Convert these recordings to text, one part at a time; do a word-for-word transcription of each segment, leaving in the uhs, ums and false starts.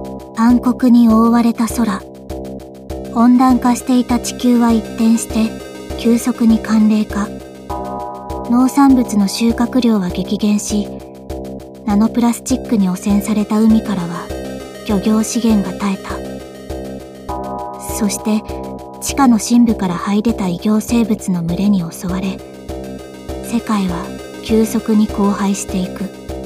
暗黒に覆われた空。温暖化していた地球は一転して急速に寒冷化。農産物の収穫量は激減し、ナノプラスチックに汚染された海からは漁業資源が絶えた。そして地下の深部から這い出た異形生物の群れに襲われ、世界は急速に荒廃していく。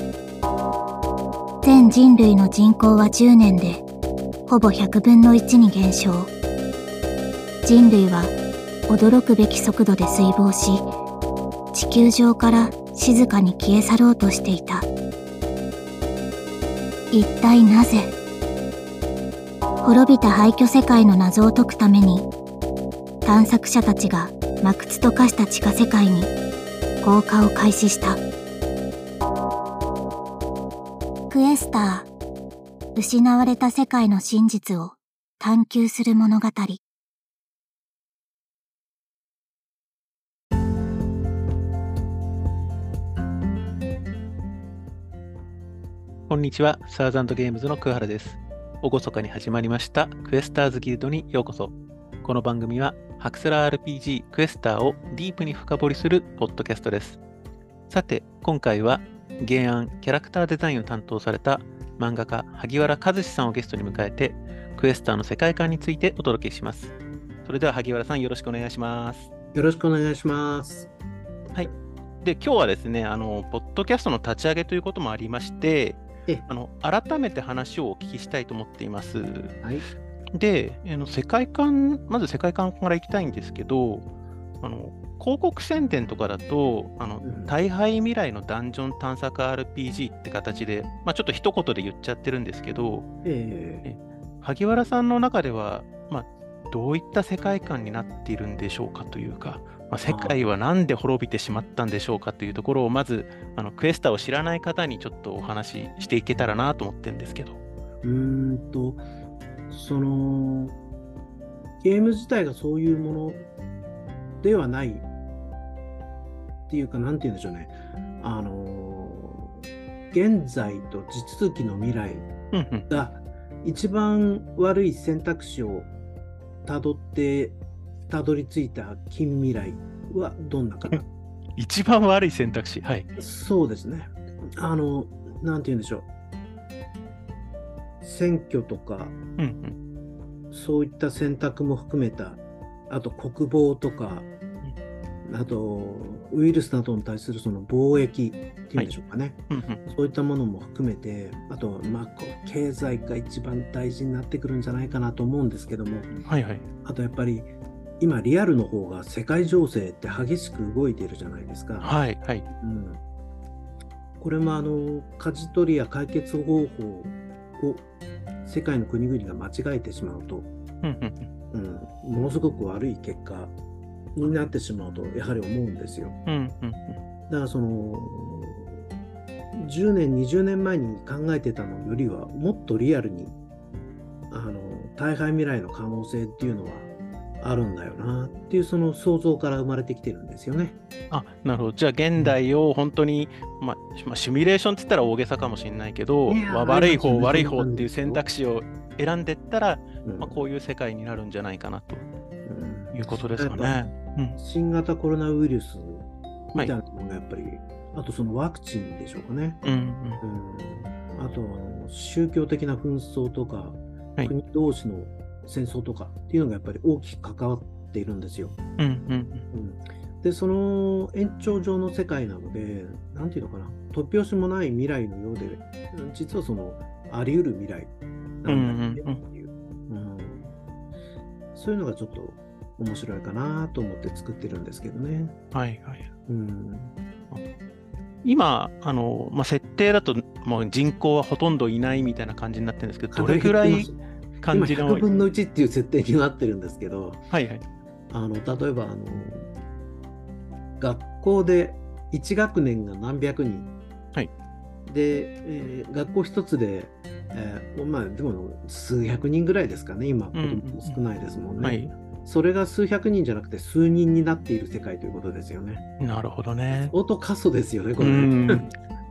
全人類の人口はじゅうねんでほぼひゃくぶんのいちに減少。人類は驚くべき速度で衰亡し、地球上から静かに消え去ろうとしていた。一体なぜ？滅びた廃墟世界の謎を解くために、探索者たちが魔窟と化した地下世界に降下を開始した。クエスター、失われた世界の真実を探求する物語。 こんにちは、サーザンドゲームズの桑原です。厳かに始まりましたクエスターズギルドにようこそ。この番組はハクスラー アールピージー クエスターをディープに深掘りするポッドキャストです。さて、今回は原案キャラクターデザインを担当された漫画家萩原和志さんをゲストに迎えて、クエスターの世界観についてお届けします。それでは萩原さん、よろしくお願いします。 よろしくお願いします。 はい。で、今日はですね、あのポッドキャストの立ち上げということもありまして、あの改めて話をお聞きしたいと思っています。 はい、 で、あの世界観、まず世界観からいきたいんですけど、あの広告宣伝とかだと、あの、うん、大敗未来のダンジョン探索 アールピージー って形で、まあ、ちょっと一言で言っちゃってるんですけど、えー、萩原さんの中では、まあ、どういった世界観になっているんでしょうかというか、まあ、世界は何で滅びてしまったんでしょうかというところを、まずあのクエスターを知らない方にちょっとお話ししていけたらなと思ってるんですけど。 うーんとそのゲーム自体がそういうものではないっていうか、なんて言うんでしょうね、あの現在と地続きの未来が一番悪い選択肢をたどってたどり着いた近未来はどんなかな。 一番悪い選択肢、はい。 そうですね。あの、なんて言うんでしょう。選挙とか、うんうん、そういった選択も含めた、あと国防とか、うん、あとウイルスなどに対するその貿易っていうんでしょうかね。はい、うんうん、そういったものも含めて、あと、まあ、こう経済が一番大事になってくるんじゃないかなと思うんですけども、 はいはい、 あとやっぱり、今リアルの方が世界情勢って激しく動いているじゃないですか。 はいはい。 うん、これもあの舵取りや解決方法を世界の国々が間違えてしまうと、うん、ものすごく悪い結果になってしまうとやはり思うんですよ。うんうんうん、だからそのじゅうねんにじゅうねんまえに考えてたのよりはもっとリアルにあの大敗未来の可能性っていうのはあるんだよなっていう、その想像から生まれてきてるんですよね。 あ、なるほど。じゃあ現代を本当に、まあ、シミュレーションって言ったら大げさかもしれないけど、まあ、悪い方悪い方っていう選択肢を選んでったら、うん、まあ、こういう世界になるんじゃないかなと、うん、いうことですかね。 うん、新型コロナウイルスみたいなものがやっぱり、はい、あとそのワクチンでしょうかね。うんうんうん、あと宗教的な紛争とか、はい、国同士の戦争とかっていうのがやっぱり大きく関わっているんですよ。うんうんうん、でその延長上の世界なので、なんていうのかな、突拍子もない未来のようで、実はそのあり得る未来なんだよねっていう、うんうんうん、そういうのがちょっと面白いかなと思って作ってるんですけどね。 はいはい。うん、今あの、まあ、設定だともう人口はほとんどいないみたいな感じになってるんですけど、どれぐらい感じの今ひゃくぶんのいちっていう設定になってるんですけど、 はいはい、 あの例えばあの学校でいち学年が何百人、はい、で、えー、学校一つで、えー、まあでも数百人ぐらいですかね、今子供も少ないですもんね、うんうん、はい、それが数百人じゃなくて数人になっている世界ということですよね。 なるほどね。 相当過疎ですよねこれね。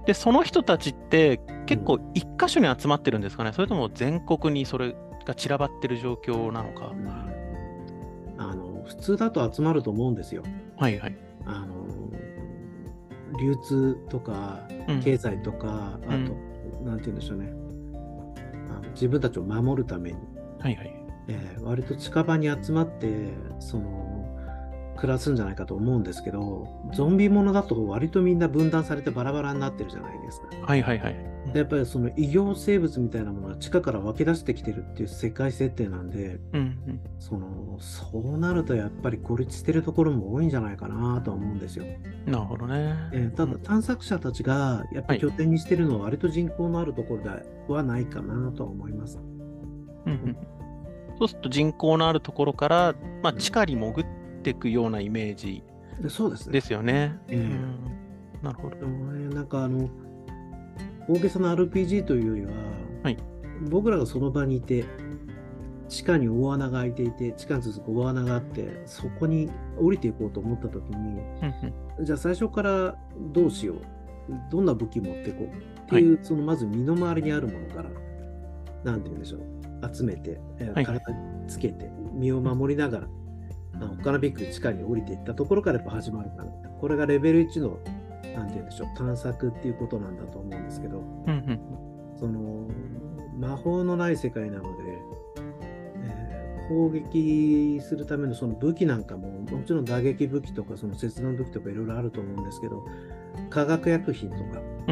で、その人たちって結構一箇所に集まってるんですかね、うん、それとも全国にそれが散らばってる状況なのか。うん、 あの普通だと集まると思うんですよ。 はいはい。 あの流通とか経済とか、うん、あと、うん、なんて言うんでしょうね、あの自分たちを守るために、 はいはい、 えー、割と近場に集まってその暮らすんじゃないかと思うんですけど、ゾンビものだと割とみんな分断されてバラバラになってるじゃないですか。 はいはいはい。 でやっぱりその異形生物みたいなものが地下から湧き出してきてるっていう世界設定なんで、うんうん、そのそうなるとやっぱり孤立してるところも多いんじゃないかなとは思うんですよ。 なるほどね。 えー、ただ探索者たちがやっぱり拠点にしてるのは割と人口のあるところではないかなとは思います。 うんうん、そうすると人口のあるところから、まあ、地下に潜っていくようなイメージですよね。 えーうん、なるほど。 なんかあの大げさな アールピージー というよりは、はい、僕らがその場にいて地下に大穴が開いていて地下に続く大穴があってそこに降りていこうと思った時に、うんうん、じゃあ最初からどうしようどんな武器持っていこうっていう、はい、そのまず身の回りにあるものからなんて言うんでしょう集めて、はい、体につけて身を守りながら、うん、他のビッグ地下に降りていったところからやっぱ始まるかな。これがレベルいちのなんて言うんでしょう探索っていうことなんだと思うんですけど、うんうん、その魔法のない世界なので、えー、攻撃するためのその武器なんかももちろん打撃武器とかその切断武器とかいろいろあると思うんですけど化学薬品とか、うんうん、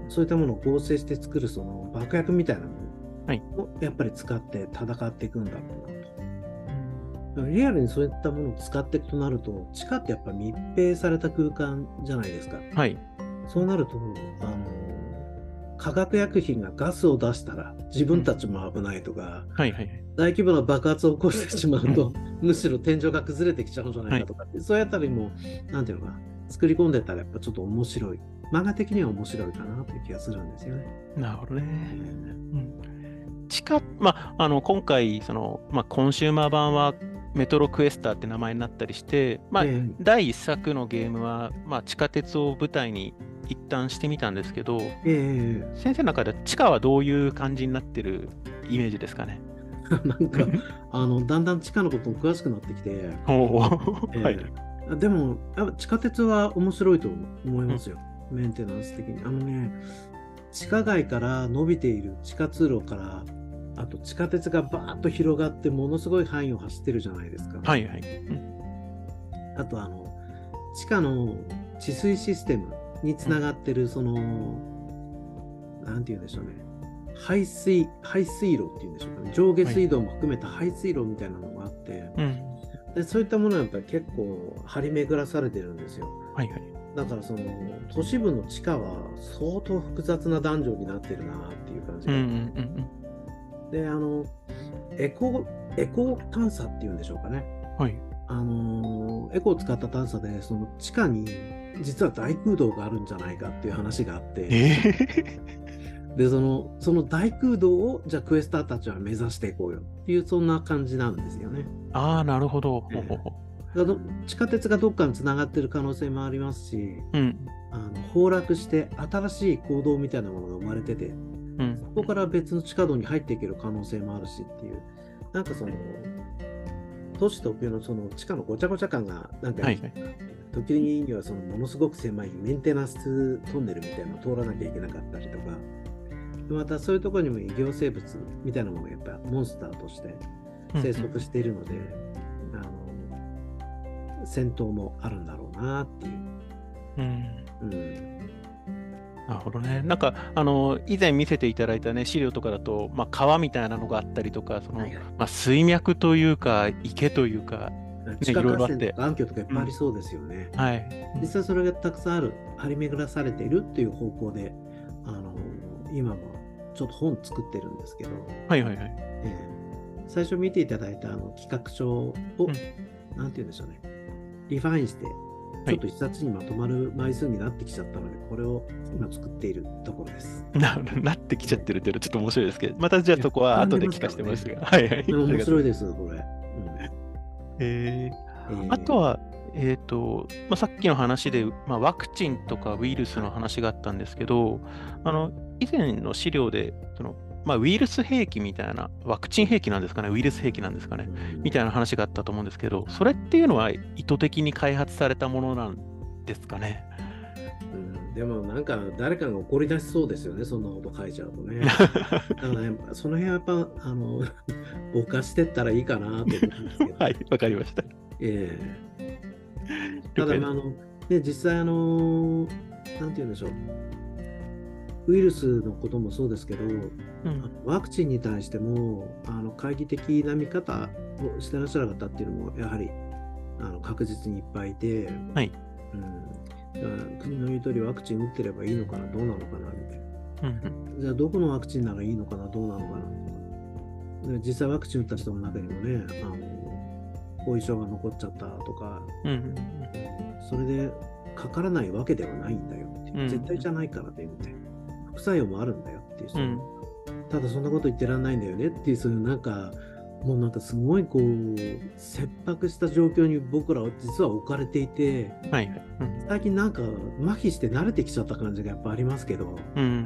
そういったものを合成して作るその爆薬みたいなものをやっぱり使って戦っていくんだろうなと。リアルにそういったものを使っていくとなると地下ってやっぱ密閉された空間じゃないですか。 はい、 そうなるとあの化学薬品がガスを出したら自分たちも危ないとか、うんはいはい、大規模な爆発を起こしてしまうと、うん、むしろ天井が崩れてきちゃうんじゃないかとか、はい、そういうあたりもなんていうのか作り込んでたらやっぱちょっと面白い漫画的には面白いかなという気がするんですよね。 なるほどね。うん、地下、まあ、あの今回その、まあ、コンシューマー版はメトロクエスターって名前になったりして、まあ、えー、だいいっさくのゲームは、まあ、地下鉄を舞台に一旦してみたんですけど、えー、先生の中で地下はどういう感じになってるイメージですかね。 なんかあのだんだん地下のことも詳しくなってきて、えーはい、でもやっぱ地下鉄は面白いと思いますよ、うん、メンテナンス的に。あのね地下街から伸びている地下通路からあと地下鉄がバーッと広がってものすごい範囲を走ってるじゃないですか。 はいはい。うん、 あとあの地下の治水システムにつながってるその、うん、なんて言うんでしょうね。排水排水路っていうんでしょうかね。上下水道も含めた排水路みたいなのがあって、はい、でそういったものはやっぱり結構張り巡らされてるんですよ。 はいはい。 だからその都市部の地下は相当複雑なダンジョンになってるなっていう感じが。うんうんうんで、あの、エコ、エコ探査っていうんでしょうかね。 はい。 あの、エコを使った探査で、その地下に実は大空洞があるんじゃないかっていう話があって、えー、で、その、その大空洞を、じゃあクエスターたちは目指していこうよっていう、そんな感じなんですよね。 ああ、なるほど。えー、地下鉄がどっかにつながってる可能性もありますし、うん、あの崩落して新しい坑道みたいなものが生まれてて、うん、そこから別の地下道に入っていける可能性もあるしっていう、なんかその都市特有のその地下のごちゃごちゃ感がなんか、はいはい、時にはそのものすごく狭いメンテナンストンネルみたいなのを通らなきゃいけなかったりとか、またそういうところにも異形生物みたいなものがやっぱモンスターとして生息しているので、うんうん、あの戦闘もあるんだろうなっていう。 うんうんなるほどね。なんかあの以前見せていただいたね資料とかだと、まあ、川みたいなのがあったりとか、その、はいはい、まあ、水脈というか池というか、 ね、地下河川とか暗渠とかいっぱいありそうですよね。 うんはい、 実際それがたくさんある、張り巡らされているっていう方向で、あの今もちょっと本作ってるんですけど、 はいはいはい。 えー、最初見ていただいたあの企画書を、うん、なんて言うんでしょうね、リファインして。ちょっと一冊にまとまる枚数になってきちゃったので、これを今作っているところです。 な, なってきちゃってるっていうのはちょっと面白いですけど、またじゃあそこは後で聞かせてもらいますが。はいはい。 面白いです、これ。うん、 えー、あとは、 えーとまあ、さっきの話で、まあ、ワクチンとかウイルスの話があったんですけど、あの以前の資料でその、まあ、ウイルス兵器みたいな、ワクチン兵器なんですかね、ウイルス兵器なんですかね、みたいな話があったと思うんですけど、それっていうのは意図的に開発されたものなんですかね。 うん、でもなんか誰かが怒り出しそうですよね、そんなこと書いちゃうとね。だからね、その辺はやっぱあのぼかしてったらいいかなと思うんですけど。 はい、わかりました。 ええただ、まああのね、実際あの、なんて言うんでしょう、ウイルスのこともそうですけど、うん、ワクチンに対してもあの懐疑的な見方をしてらっしゃる方っていうのもやはりあの確実にいっぱいいて、 はいうん、だから国の言う通りワクチン打ってればいいのかな、どうなのかなみたいな、うん、じゃあどこのワクチンならいいのかな、どうなのかな、実際ワクチン打った人の中にもね、あの後遺症が残っちゃったとか、うん、それでかからないわけではないんだよって、うん、絶対じゃないからねみたいな、副作用もあるんだよっていう、うん、ただそんなこと言ってらんないんだよねっていう、そういうなんかもうなんかすごいこう切迫した状況に僕らは実は置かれていて、はいはい、うん、最近なんか麻痺して慣れてきちゃった感じがやっぱありますけど、うんうん、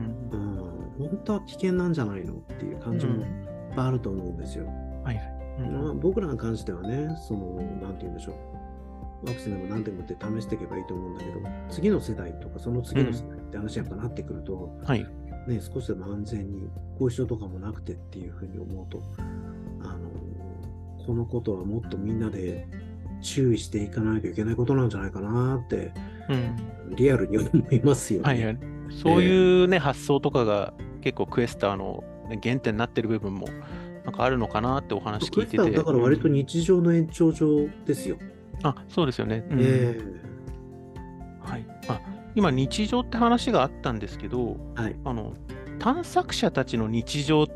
本当は危険なんじゃないのっていう感じもいっぱいあると思うんですよ。はいはい、うん、まあ、僕らに関してはね、そのなんて言うんでしょう、ワクチンでも何でもって試していけばいいと思うんだけど、次の世代とかその次の世代って話やっぱなってくると、うん、はいね、少しでも安全に後遺症とかもなくてっていうふうに思うと、あのこのことはもっとみんなで注意していかないといけないことなんじゃないかなって、うん、リアルに思いますよね。はいはい、 そういうね、えー、発想とかが結構クエスターの原点になってる部分もなんかあるのかなってお話聞いてて。 だから割と日常の延長上ですよ。 うん、あ、そうですよね。うん、えー、はい。あ、今日常って話があったんですけど、はい、あの探索者たちの日常って、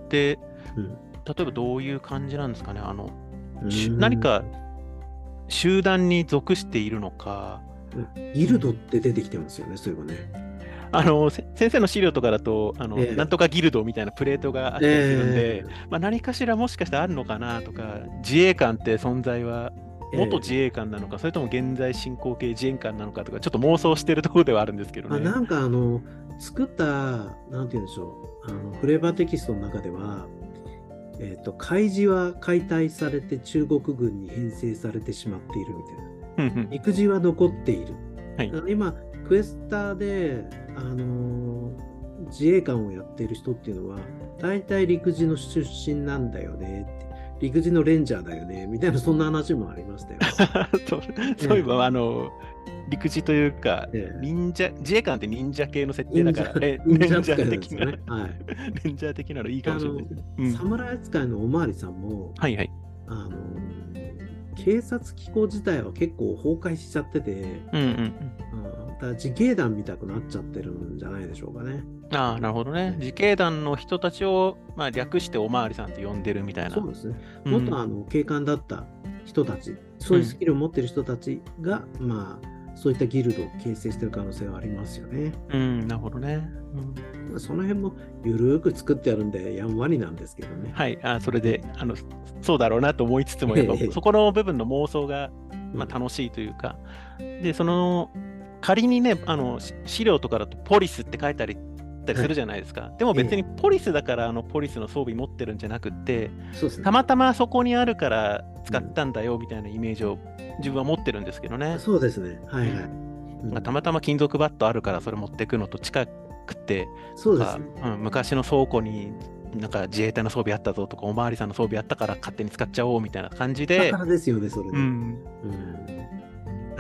うん、例えばどういう感じなんですかね。あの何か集団に属しているのか。 ギルドって出てきてますよね、そういえばね。 あの先生の資料とかだとあの、えー、なんとかギルドみたいなプレートがあったりするんで、えーまあ、何かしらもしかしたらあるのかなとか、自衛官って存在は元自衛官なのか、えー、それとも現在進行形自衛官なのかとか、ちょっと妄想してるところではあるんですけどね。 あ、なんかあの作ったなんて言うんでしょう、あのフレーバーテキストの中では、えーと、海自は解体されて中国軍に編成されてしまっているみたいな、陸自は残っている、はい、今クエスターで、あのー、自衛官をやっている人っていうのは大体陸自の出身なんだよねって、陸自のレンジャーだよねみたいな、そんな話もありましたよ。 そうそういえば、あの陸自というか、ええ、忍者自衛官って忍者系の設定だから、レンジャー的な、ね、はい、レンジャー的なのいいかもしれないですね。うん、 侍扱いのおまわりさんも、 はいはい、 あの警察機構自体は結構崩壊しちゃってて、うんうんうん、だから自警団みたくなっちゃってるんじゃないでしょうかね。 ああ、なるほどね。自警団の人たちを、まあ、略しておまわりさんって呼んでるみたいな。 そうですね。もっとあの警官だった人たち、うん、そういうスキルを持ってる人たちが、うん、まあそういったギルドを形成している可能性はありますよね。 うん、なるほどね。 うん、その辺もゆるく作ってあるんでやんわりなんですけどね。 はい、あ、それであのそうだろうなと思いつつも、やっぱそこの部分の妄想が、まあ、楽しいというか、うん、でその仮にね、あの資料とかだとポリスって書いてありたりするじゃないですか。はい、でも別にポリスだからあのポリスの装備持ってるんじゃなくて、そうですね、たまたまそこにあるから使ったんだよみたいなイメージを自分は持ってるんですけどね。 そうですね。はいはい。 うん、たまたま金属バットあるからそれ持っていくのと近くて、 そうですね、 うん、昔の倉庫になんか自衛隊の装備あったぞとか、おまわりさんの装備あったから勝手に使っちゃおうみたいな感じで。 宝ですよね、それで。うん。 うん、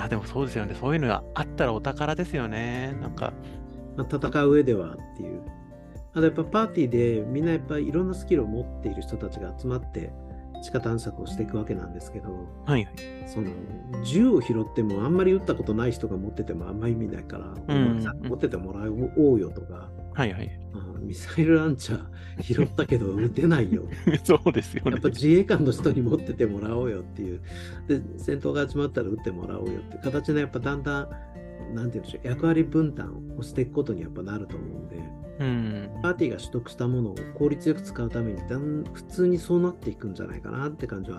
あ、でもそうですよね。そういうのがあったらお宝ですよね。なんか、 まあ、戦う上ではっていう。あとやっぱパーティーでみんなやっぱりいろんなスキルを持っている人たちが集まって地下探索をしていくわけなんですけど、 はいはい、 その銃を拾ってもあんまり撃ったことない人が持っててもあんまり意味ないから、うんうんうん、持っててもらおうよとか、 はいはい、 ミサイルランチャー拾ったけど撃てないよそうですよね。 やっぱ自衛官の人に持っててもらおうよっていう、で戦闘が始まったら撃ってもらおうよっていう形でやっぱだんだんなんていうんでしょう、役割分担をしていくことにやっぱなると思うんで、うん、パーティーが取得したものを効率よく使うためにだん普通にそうなっていくんじゃないかなって感じはあ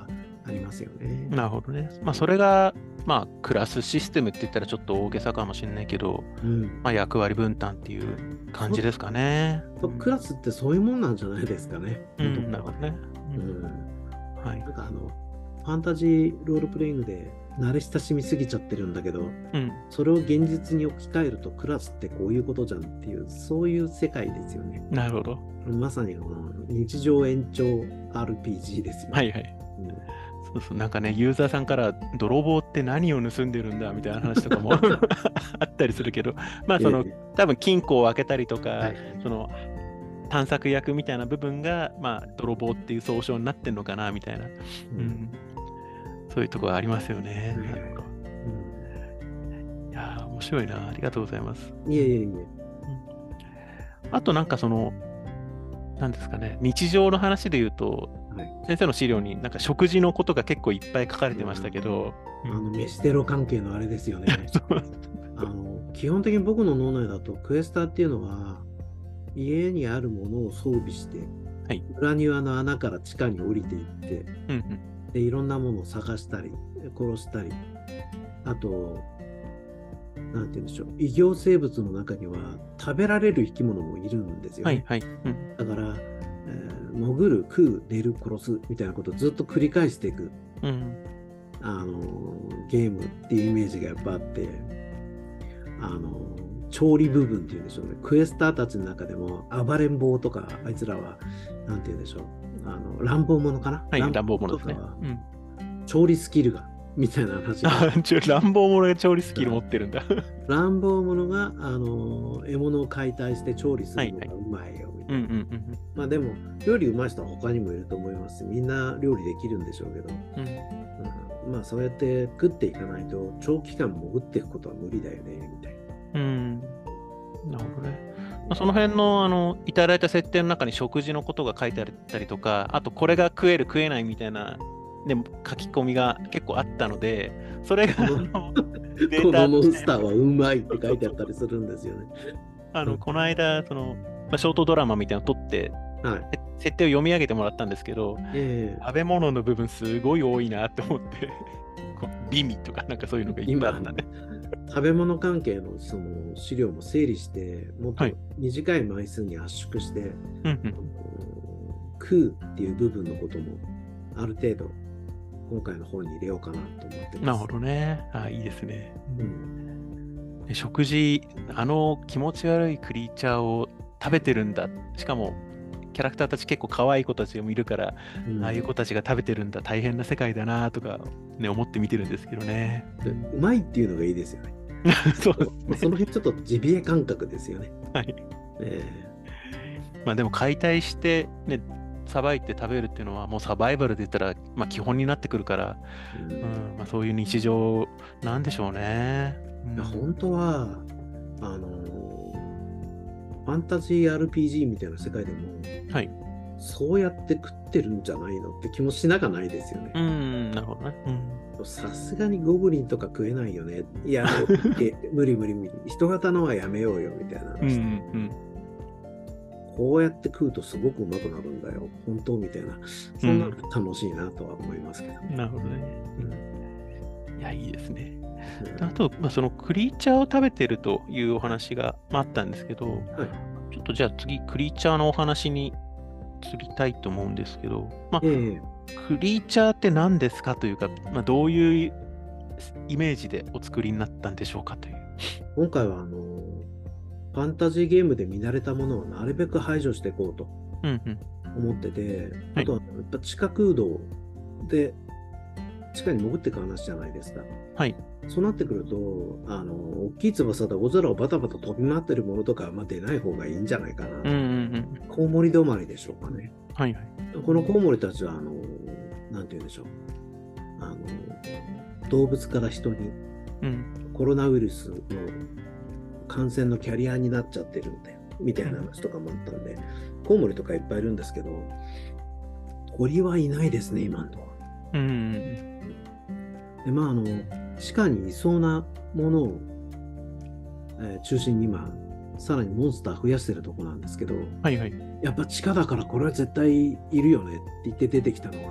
ありますよね。 なるほどね。まあそれが、まあクラスシステムって言ったらちょっと大げさかもしれないけど、うん、まあ役割分担っていう感じですかね。 クラスってそういうもんなんじゃないですかね。 うん、なるほどね。 うん。はい。なんかあの、ファンタジーロールプレイングで慣れ親しみすぎちゃってるんだけど、うん、それを現実に置き換えるとクラスってこういうことじゃんっていう、そういう世界ですよね。 なるほど。 まさにこの日常延長 アールピージー ですよね。 はいはい。うん、そうそう、なんかね、ユーザーさんから泥棒って何を盗んでるんだみたいな話とかもあったりするけど、まあその、多分金庫を開けたりとか、はい、その探索役みたいな部分が、まあ、泥棒っていう総称になってんのかなみたいな、うんうん、そういうところありますよね。なるほど。うん、いやー、面白いな。ありがとうございます。 いえいえいえ。うん、 あとなんかその、なんですかね、日常の話で言うと、はい、先生の資料になんか食事のことが結構いっぱい書かれてましたけど、 うん、あの飯テロ関係のあれですよね。あの基本的に僕の脳内だとクエスターっていうのは家にあるものを装備して、はい、裏庭の穴から地下に降りていって、うんうん、でいろんなものを探したり殺したり、あとなんて言うんでしょう、異形生物の中には食べられる生き物もいるんですよね。はいはいうん、だから、えー、潜る、食う、寝る、殺すみたいなことをずっと繰り返していく、うん、あのゲームっていうイメージがやっぱあって、あの調理部分っていうんでしょうね。クエスターたちの中でも暴れん坊とかあいつらはなんて言うんでしょう、あの乱暴者かな。 はい、乱暴者ですね。 うん、調理スキルがみたいな話が。 乱暴者が調理スキル持ってるんだ。 乱暴者があの獲物を解体して調理するのがうまいよみたいな。まあでも料理うまい人は他にもいると思います。みんな料理できるんでしょうけど、うんうん、まあそうやって食っていかないと長期間潜っていくことは無理だよねみたいな。 うん、なるほどね。まあ、その辺のあのいただいた設定の中に食事のことが書いてあったりとか、あとこれが食える食えないみたいな、ね、書き込みが結構あったので、それがあのデータこのモンスターはうまいって書いてあったりするんですよね。 あのこの間その、まあ、ショートドラマみたいなのを撮って、はい、設定を読み上げてもらったんですけど、えー、食べ物の部分すごい多いなって思って美味とかなんかそういうのがいっぱいあったね。 食べ物関係のその資料も整理して、もっと短い枚数に圧縮して、はい、食うっていう部分のこともある程度今回の本に入れようかなと思ってます。 なるほどね。あ、いいですね。うん、食事、あの気持ち悪いクリーチャーを食べてるんだ。しかもキャラクターたち結構可愛い子たちもいるから、うん、ああいう子たちが食べてるんだ、大変な世界だなとか、ね、思って見てるんですけどね。 うまいっていうのがいいですよね。そうですね。その辺ちょっとジビエ感覚ですよね。はい。 えー、まあでも解体してね、さばいて食べるっていうのはもうサバイバルで言ったら、まあ、基本になってくるから、うんうんまあ、そういう日常なんでしょうね。 うん、いや本当はあのファンタジー アールピージー みたいな世界でも、はい、そうやって食ってるんじゃないのって気もしなかないですよね。 うんなるほどね。 さすがにゴブリンとか食えないよね。いや無理無理無理。人型のはやめようよみたいな話、うんうんこうやって食うとすごくうまくなるんだよ、本当みたいな、そんなの楽しいなとは思いますけど。 うん、なるほどね。うん、いや、いいですね。うん、あと、まあ、そのクリーチャーを食べてるというお話があったんですけど、はい、ちょっとじゃあ次、クリーチャーのお話に移りたいと思うんですけど、まあ、えー、クリーチャーって何ですかというか、まあ、どういうイメージでお作りになったんでしょうかという。 今回はあのファンタジーゲームで見慣れたものをなるべく排除していこうと思ってて、うんうん、あとはやっぱ地下空洞で地下に潜っていく話じゃないですか。はい。そうなってくると、あの大きい翼で大空をバタバタ飛び回ってるものとかはまあ出ない方がいいんじゃないかな。うんうんうん、コウモリ止まりでしょうかね。はいはい。このコウモリたちはあのなんて言うんでしょう。あの動物から人に、うん、コロナウイルスの感染のキャリアになっちゃってるんだよみたいな話とかもあったんで、コウモリとかいっぱいいるんですけど、鳥はいないですね今のところ。うん。でまああの地下にいそうなものを、えー、中心に今さらにモンスター増やしてるところなんですけど、はいはい。やっぱ地下だからこれは絶対いるよねって言って出てきたのが、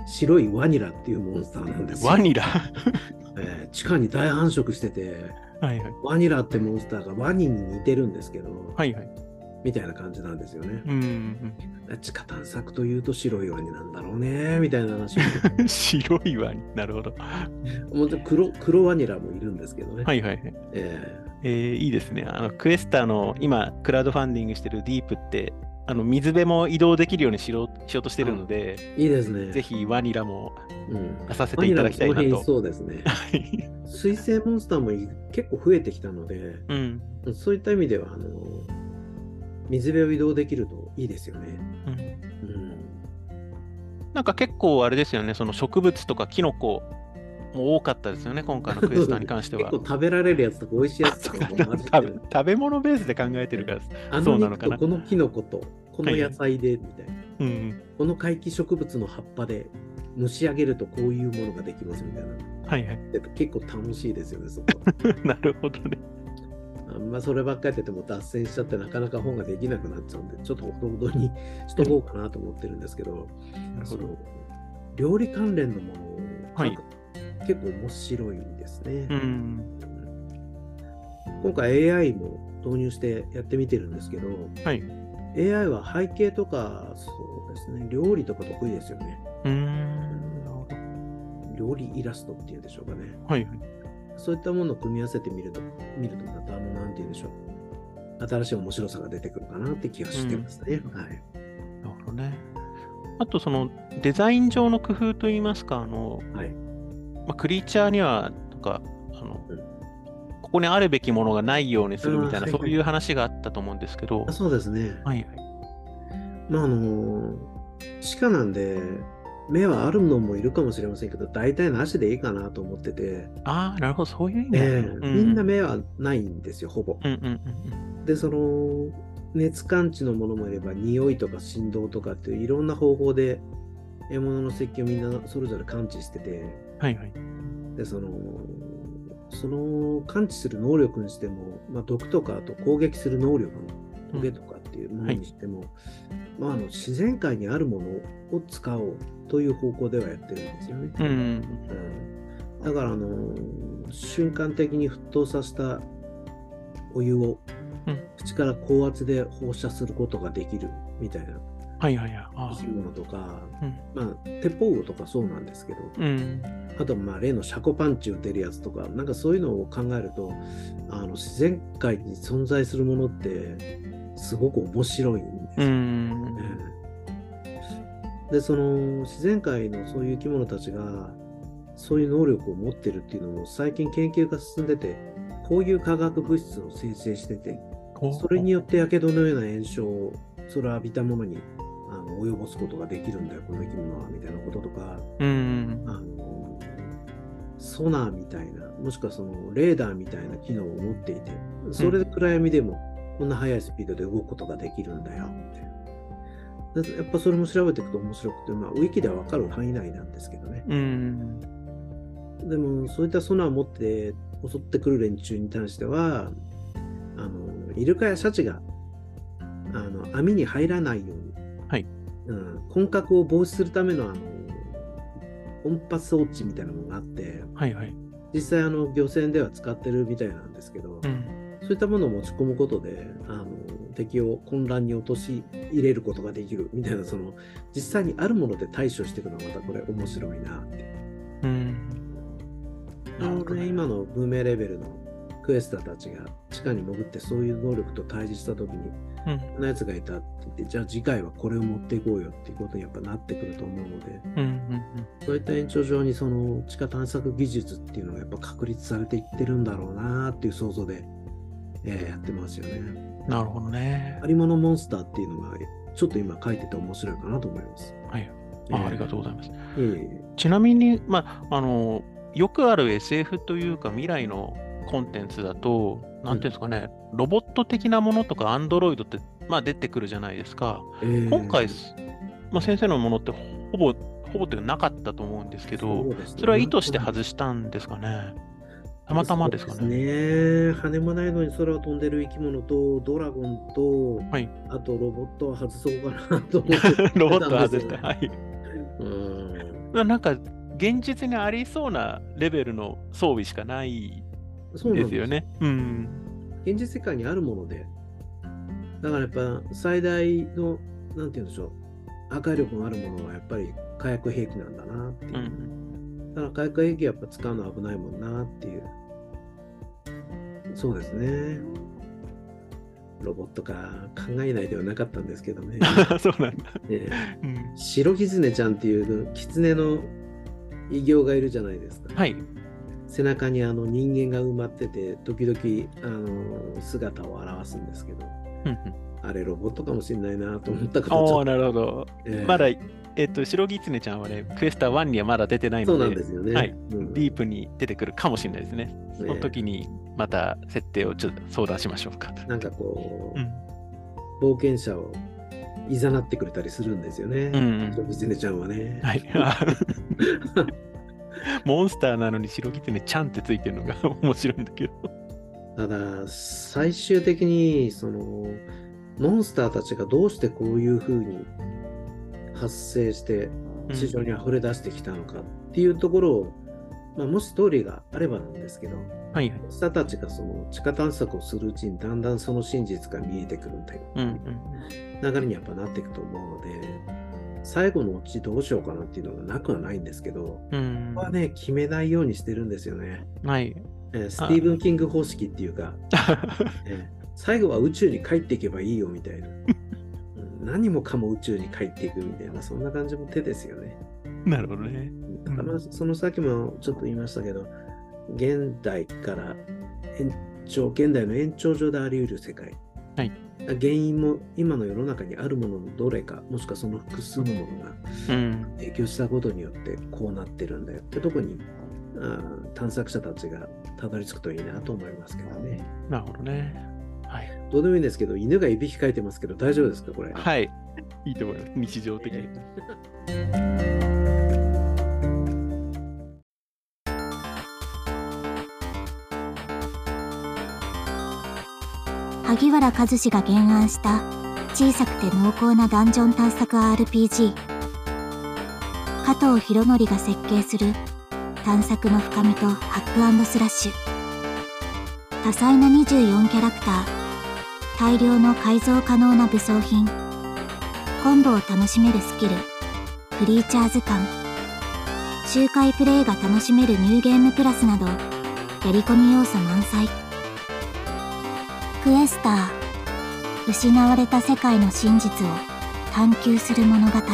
白いワニラっていうモンスターなんですよ。 ワニラ、 えー、地下に大繁殖してて、はいはい、ワニラってモンスターがワニに似てるんですけど、はいはい、みたいな感じなんですよね。うんうん、地下探索というと白いワニなんだろうねみたいな話。 白いワニ、なるほど。 もちろん 黒, 黒ワニラもいるんですけどね。 はいはいはい。えーえー、いいですね。あのクエスターの今クラウドファンディングしてるディープってあの水辺も移動できるようにしろしようとしてるので、 いいですね。 ぜひワニラも出させていただきたいなと。うん、 そうですね。水生モンスターも結構増えてきたので、うん、そういった意味ではあの水辺を移動できるといいですよね。うんうん、 なんか結構あれですよね、その植物とかキノコも多かったですよね、今回のクエスターに関しては。 結構食べられるやつとか美味しいやつとかも食べ物ベースで考えてるから、 あの肉とこのキノコとこの野菜でみたいな、はいうん、この怪奇植物の葉っぱで蒸し上げるとこういうものができますみたいな、はいはい、結構楽しいですよね、そこ。 なるほどね。 あんまそればっかりやってても脱線しちゃってなかなか本ができなくなっちゃうんで、ちょっとほどほどにしとこうかなと思ってるんですけど、その料理関連のものを、はい、結構面白いんですね。うん、今回 エーアイ も導入してやってみてるんですけど、はい、エーアイ は背景とかそうですね、料理とか得意ですよね。うーん、料理イラストっていうんでしょうかね。はいはい、そういったものを組み合わせてみると、見るとまたあのなんて言うんでしょう、新しい面白さが出てくるかなって気がしてますね。うん、はい。 なるほどね。あとそのデザイン上の工夫といいますか、あの、はいまあ、クリーチャーにはなんかあの、うん、ここにあるべきものがないようにするみたいな、はいはい、そういう話があったと思うんですけど。 あ、そうですね。はいはい。まああの地下なんで目はあるのもいるかもしれませんけど、大体なしでいいかなと思ってて。 ああ、なるほど、そういう意味、 えーうん、みんな目はないんですよ、ほぼ。うんうんうんうん、で、その熱感知のものもいれば、匂いとか振動とかっていういろんな方法で獲物の接近をみんなそれぞれ感知してて、はいはい、でそのその感知する能力にしても、まあ、毒とかあと攻撃する能力のトゲとかっていうものにしても、うんはいまあ、あの自然界にあるものを使おうという方向ではやってるんですよね。うんうん、だからあの瞬間的に沸騰させたお湯を口から高圧で放射することができるみたいな生き物とか、うんまあ、鉄砲魚とかそうなんですけど、うん、あとまあ例のシャコパンチ打てるやつとか、なんかそういうのを考えると、あの自然界に存在するものってすごく面白いんですよ、うんでその自然界のそういう生き物たちがそういう能力を持ってるっていうのも最近研究が進んでて、こういう化学物質を生成してて、それによってやけどのような炎症をそれを浴びたものにあの及ぼすことができるんだよ、この生き物はみたいなこととか、うんあのソナーみたいな、もしくはそのレーダーみたいな機能を持っていて、それで暗闇でもこんな速いスピードで動くことができるんだよみたいな。やっぱそれも調べていくと面白くて、まあ、ウィキでは分かる範囲内なんですけどね。うんでもそういったソナーを持って襲ってくる連中に対しては、あのイルカやシャチがあの網に入らないように、はいうん、混獲を防止するためのあの音波装置みたいなものがあって、はいはい、実際あの漁船では使ってるみたいなんですけど、うん、そういったものを持ち込むことであの敵を混乱に陥れることができるみたいな、その実際にあるもので対処していくのはまたこれ面白いなって。うんなので今の文明レベルのクエスターたちが地下に潜ってそういう能力と対峙したときに、うん、こんなやつがいたって言って、じゃあ次回はこれを持っていこうよっていうことにやっぱなってくると思うので、うんうんうん、そういった延長上にその地下探索技術っていうのがやっぱ確立されていってるんだろうなっていう想像で、えー、やってますよね。 なるほどね。 ありものモンスターっていうのがちょっと今書いてて面白いかなと思います。 はい。あ、えー、ありがとうございます。えー、ちなみに、まあ、あの、よくある エスエフ というか未来のコンテンツだと、なんていうんですかね、うん、ロボット的なものとかアンドロイドって、まあ、出てくるじゃないですか。えー、今回、まあ、先生のものってほぼ、ほぼというかなかったと思うんですけど、そ, ね、それは意図して外したんですかね。たまたまですかね。 そうですね。羽もないのに空を飛んでる生き物とドラゴンと、はい、あとロボットは外そうかなと思ってたんですよ。 ロボットは外した。はい。うんなんか現実にありそうなレベルの装備しかないですよね。うん。 現実世界にあるもので、だからやっぱ最大のなんて言うんでしょう、破壊力のあるものはやっぱり火薬兵器なんだなっていう。うん、だから火薬兵器やっぱ使うのは危ないもんなっていう。そうですね。ロボットか考えないではなかったんですけどね。 そうなんだ。 ね、うん、白狐ちゃんっていう狐の異形がいるじゃないですか。 はい。 背中にあの人間が埋まってて、時々あの姿を現すんですけど、あれロボットかもしれないなと思ったことちょっと。なるほど。えー、まだ、えっと、白狐ちゃんはね、クエスタワンにはまだ出てないので、 そうなんですよね。 はい。うん、ディープに出てくるかもしれないですね。その時にまた設定をちょっと相談しましょうか。 なんかこう、うん、冒険者をいざなってくれたりするんですよね。白狐ちゃんはね。 はい。モンスターなのに白狐ちゃんってついてるのが面白いんだけど。 ただ、最終的に、その、モンスターたちがどうしてこういう風に発生して市場に溢れ出してきたのかっていうところを、うん、まあ、もしストーリーがあればなんですけど、はい、モンスターたちがその地下探索をするうちにだんだんその真実が見えてくるんだよ、うんうん、流れにやっぱなっていくと思うので、最後のオチどうしようかなっていうのがなくはないんですけど、うん、ここはね、決めないようにしてるんですよね。 はい。 えー、スティーブン・キング方式っていうか、えー、最後は宇宙に帰っていけばいいよみたいな、うん、何もかも宇宙に帰っていくみたいな、そんな感じも手ですよね。 なるほどね。 だからまあその先もちょっと言いましたけど、現代から延長、現代の延長上であり得る世界。 はい。 原因も今の世の中にあるもののどれか、もしくはその複数のものが影響したことによってこうなってるんだよってとこに、あ探索者たちがたどり着くといいなと思いますけどね。 なるほどね。はい。 どうでもいいんですけど、犬がいびきかいてますけど大丈夫ですかこれ。 はい。いいと思います。日常的に。 萩原一史が原案した小さくて濃厚なダンジョン探索 アールピージー。加藤博則が設計する探索の深みとハック&スラッシュ。多彩なにじゅうよんキャラクター、大量の改造可能な武装品、コンボを楽しめるスキル、クリーチャー図鑑、周回プレイが楽しめるニューゲームプラスなど、やり込み要素満載。クエスター、失われた世界の真実を探求する物語。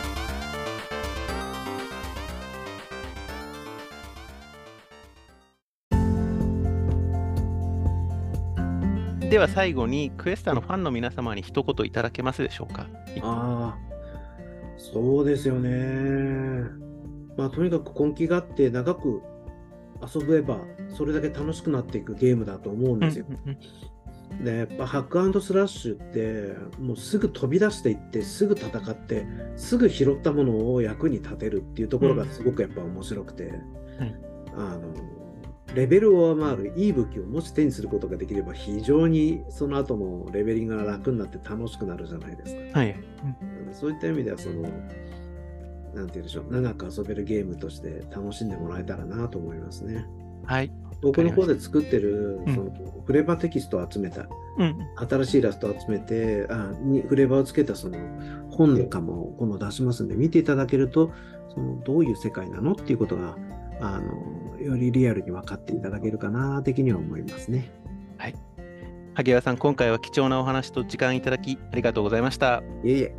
では最後にクエスタのファンの皆様に一言いただけますでしょうか。 ああ、そうですよね。まあとにかく根気があって長く遊べばそれだけ楽しくなっていくゲームだと思うんですよ。うんうんうん、でやっぱハック&スラッシュってもうすぐ飛び出していってすぐ戦ってすぐ拾ったものを役に立てるっていうところがすごくやっぱ面白くて、うん、あのレベルを上回るいい武器をもし手にすることができれば非常にその後のレベリングが楽になって楽しくなるじゃないですか。 はい。 うん、そういった意味ではそのなんて言うんでしょう、長く遊べるゲームとして楽しんでもらえたらなと思いますね。 はい。 僕の方で作ってるそのフレーバーテキストを集めた、うん、新しいイラストを集めてあにフレーバーをつけたその本なんかも今度出しますんで見ていただけるとそのどういう世界なのっていうことがあのよりリアルに分かっていただけるかな的には思いますね。 はい。萩原さん、今回は貴重なお話と時間いただきありがとうございました。 いえいえ。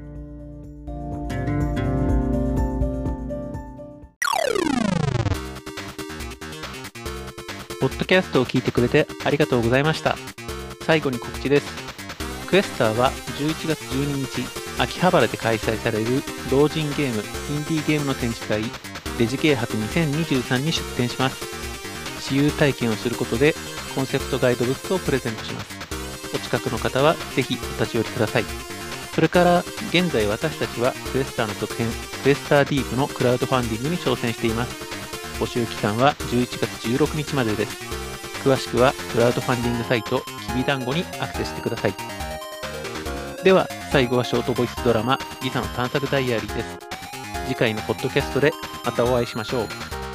ポッドキャストを聞いてくれてありがとうございました。最後に告知です。クエスターはじゅういちがつじゅうににち、秋葉原で開催される同人ゲーム、インディーゲームの展示会、レジゲー博にせんにじゅうさんに出展します。私有体験をすることでコンセプトガイドブックをプレゼントします。お近くの方はぜひお立ち寄りください。それから現在私たちはクエスターの続編、クエスターディープのクラウドファンディングに挑戦しています。募集期間はじゅういちがつじゅうろくにちまでです。詳しくはクラウドファンディングサイトきびだんごにアクセスしてください。では最後はショートボイスドラマリサの探索ダイアリーです。 次回のポッドキャストでまたお会いしましょう。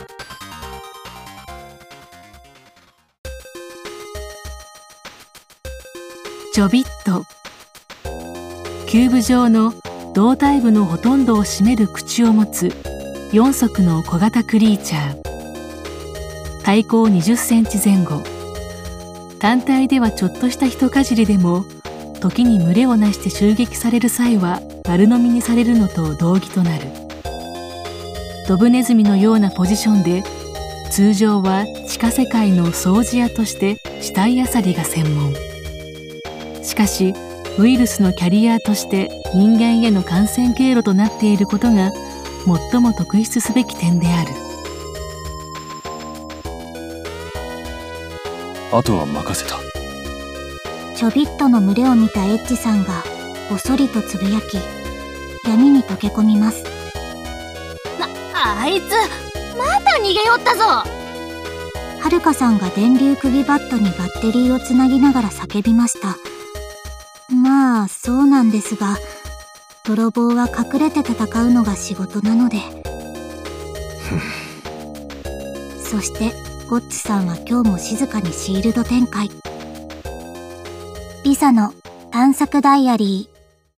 ちょびっと。キューブ状の胴体部のほとんどを占める口を持つよん足の小型クリーチャー。体高にじゅっセンチ前後。単体ではちょっとした一かじりでも、時に群れをなして襲撃される際は丸飲みにされるのと同義となる。ドブネズミのようなポジションで、通常は地下世界の掃除屋として死体漁りが専門。しかし、ウイルスのキャリアとして人間への感染経路となっていることが最も特筆すべき点である。 あとは任せた。 ちょびっとの群れを見たエッジさんがおそりとつぶやき、闇に溶け込みます。 な、あいつまた逃げよったぞ。 はるかさんが電流釘バットにバッテリーをつなぎながら叫びました。まあそうなんですが、泥棒は隠れて戦うのが仕事なので。そしてゴッツさんは今日も静かにシールド展開。リサの探索ダイアリー。